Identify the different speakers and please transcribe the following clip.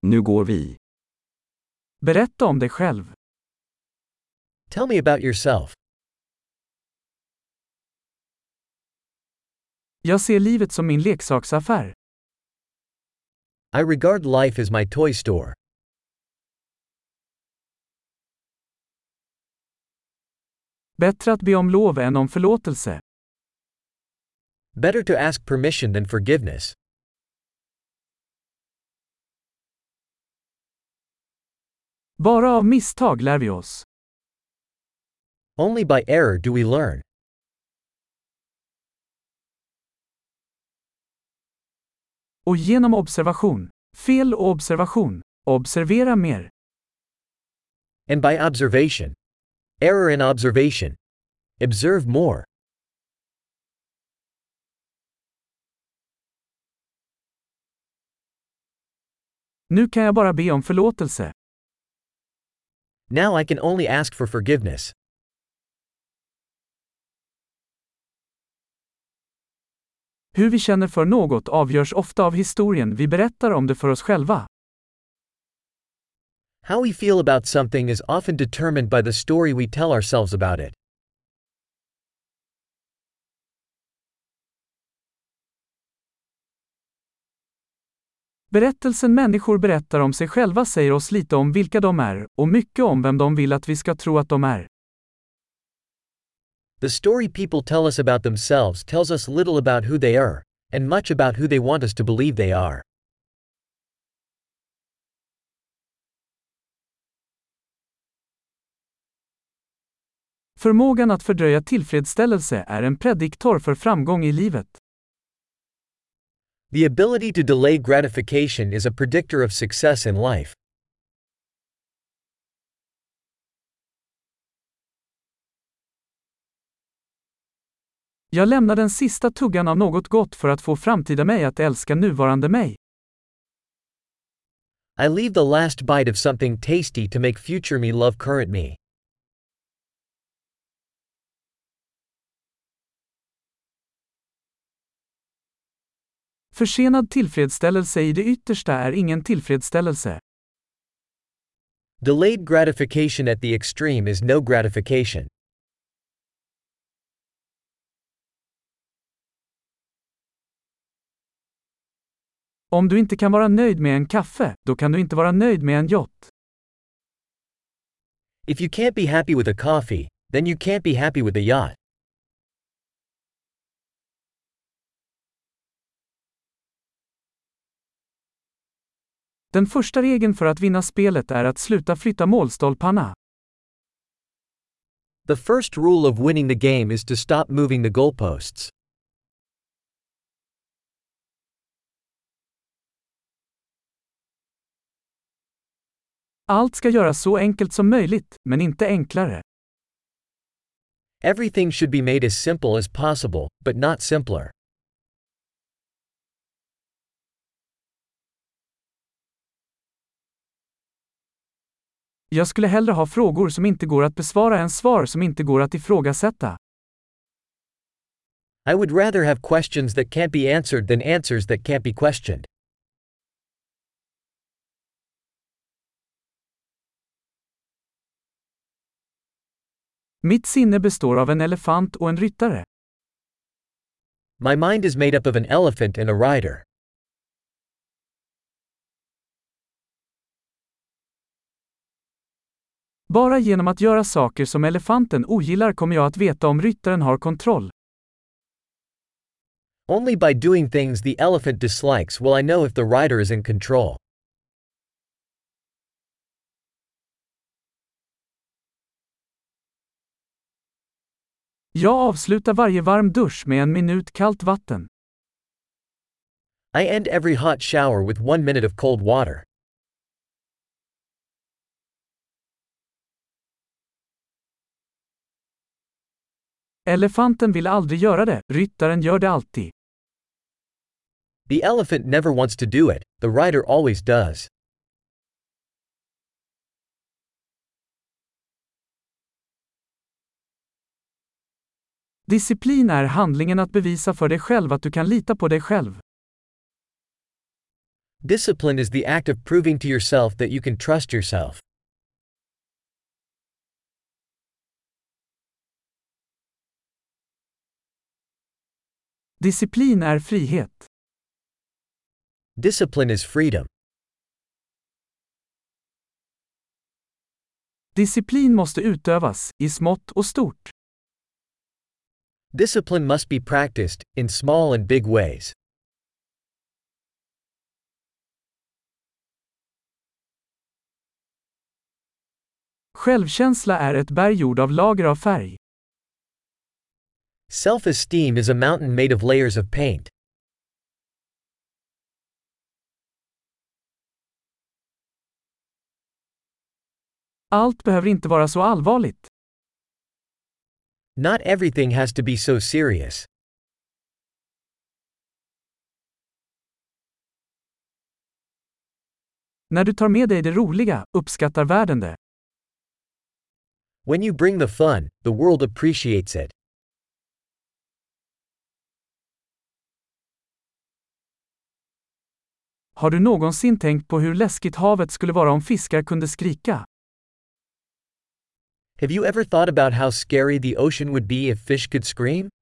Speaker 1: Nu går vi.
Speaker 2: Berätta om dig själv.
Speaker 3: Tell me about yourself.
Speaker 2: Jag ser livet som min leksaksaffär.
Speaker 3: I regard life as my toy store.
Speaker 2: Bättre att be om lov än om förlåtelse.
Speaker 3: Better to ask permission than forgiveness.
Speaker 2: Bara av misstag lär vi oss.
Speaker 3: Only by error do we learn.
Speaker 2: Och genom observation. Fel och observation. Observera mer.
Speaker 3: And by observation. Error in observation. Observe more.
Speaker 2: Nu kan jag bara be om förlåtelse.
Speaker 3: Now I can only ask for forgiveness.
Speaker 2: Hur vi känner för något avgörs ofta av historien vi berättar om det för oss själva.
Speaker 3: How we feel about something is often determined by the story we tell ourselves about it.
Speaker 2: Berättelsen människor berättar om sig själva säger oss lite om vilka de är, och mycket om vem de vill att vi ska tro att de är.
Speaker 3: The story people tell us about themselves tells us little about who they are, and much about who they want us to believe they are.
Speaker 2: Förmågan att fördröja tillfredsställelse är en prediktor för framgång i livet.
Speaker 3: The ability to delay gratification is a predictor of success in life.
Speaker 2: Jag lämnar den sista tuggan av något gott för att få framtida mig att älska nuvarande mig.
Speaker 3: I leave the last bite of something tasty to make future me love current me.
Speaker 2: Försenad tillfredsställelse i det yttersta är ingen tillfredsställelse.
Speaker 3: Delayed gratification at the extreme is no gratification.
Speaker 2: Om du inte kan vara nöjd med en kaffe, då kan du inte vara nöjd med en yacht.
Speaker 3: If you can't be happy with a coffee, then you can't be happy with a yacht.
Speaker 2: Den första regeln för att vinna spelet är att sluta flytta målstolparna.
Speaker 3: The first rule of winning the game is to stop moving the goalposts.
Speaker 2: Allt ska göras så enkelt som möjligt, men inte enklare.
Speaker 3: Everything should be made as simple as possible, but not simpler.
Speaker 2: Jag skulle hellre ha frågor som inte går att besvara än svar som inte går att ifrågasätta.
Speaker 3: I would rather have questions that can't be answered than answers that can't be questioned.
Speaker 2: Mitt sinne består av en elefant och en ryttare.
Speaker 3: My mind is made up of an elephant and a rider.
Speaker 2: Bara genom att göra saker som elefanten ogillar kommer jag att veta om ryttaren har kontroll.
Speaker 3: Only by doing things the elephant dislikes will I know if the rider is in control.
Speaker 2: Jag avslutar varje varm dusch med 1 minut kallt vatten.
Speaker 3: I end every hot shower with 1 minute of cold water.
Speaker 2: Elefanten vill aldrig göra det, ryttaren gör det alltid.
Speaker 3: The elephant never wants to do it, the rider always does.
Speaker 2: Disciplin är handlingen att bevisa för dig själv att du kan lita på dig själv.
Speaker 3: Discipline is the act of proving to yourself that you can trust yourself.
Speaker 2: Disciplin är frihet.
Speaker 3: Discipline is freedom.
Speaker 2: Disciplin måste utövas, i smått och stort.
Speaker 3: Discipline must be practiced, in small and big ways.
Speaker 2: Självkänsla är ett berg gjord av lager av färg.
Speaker 3: Self-esteem is a mountain made of layers of paint.
Speaker 2: Allt behöver inte vara så allvarligt.
Speaker 3: Not everything has to be so serious.
Speaker 2: När du tar med dig det roliga, uppskattar världen det.
Speaker 3: When you bring the fun, the world appreciates it.
Speaker 2: Har du någonsin tänkt på hur läskigt havet skulle vara om fiskar kunde skrika?
Speaker 3: Have you ever thought about how scary the ocean would be if fish could scream?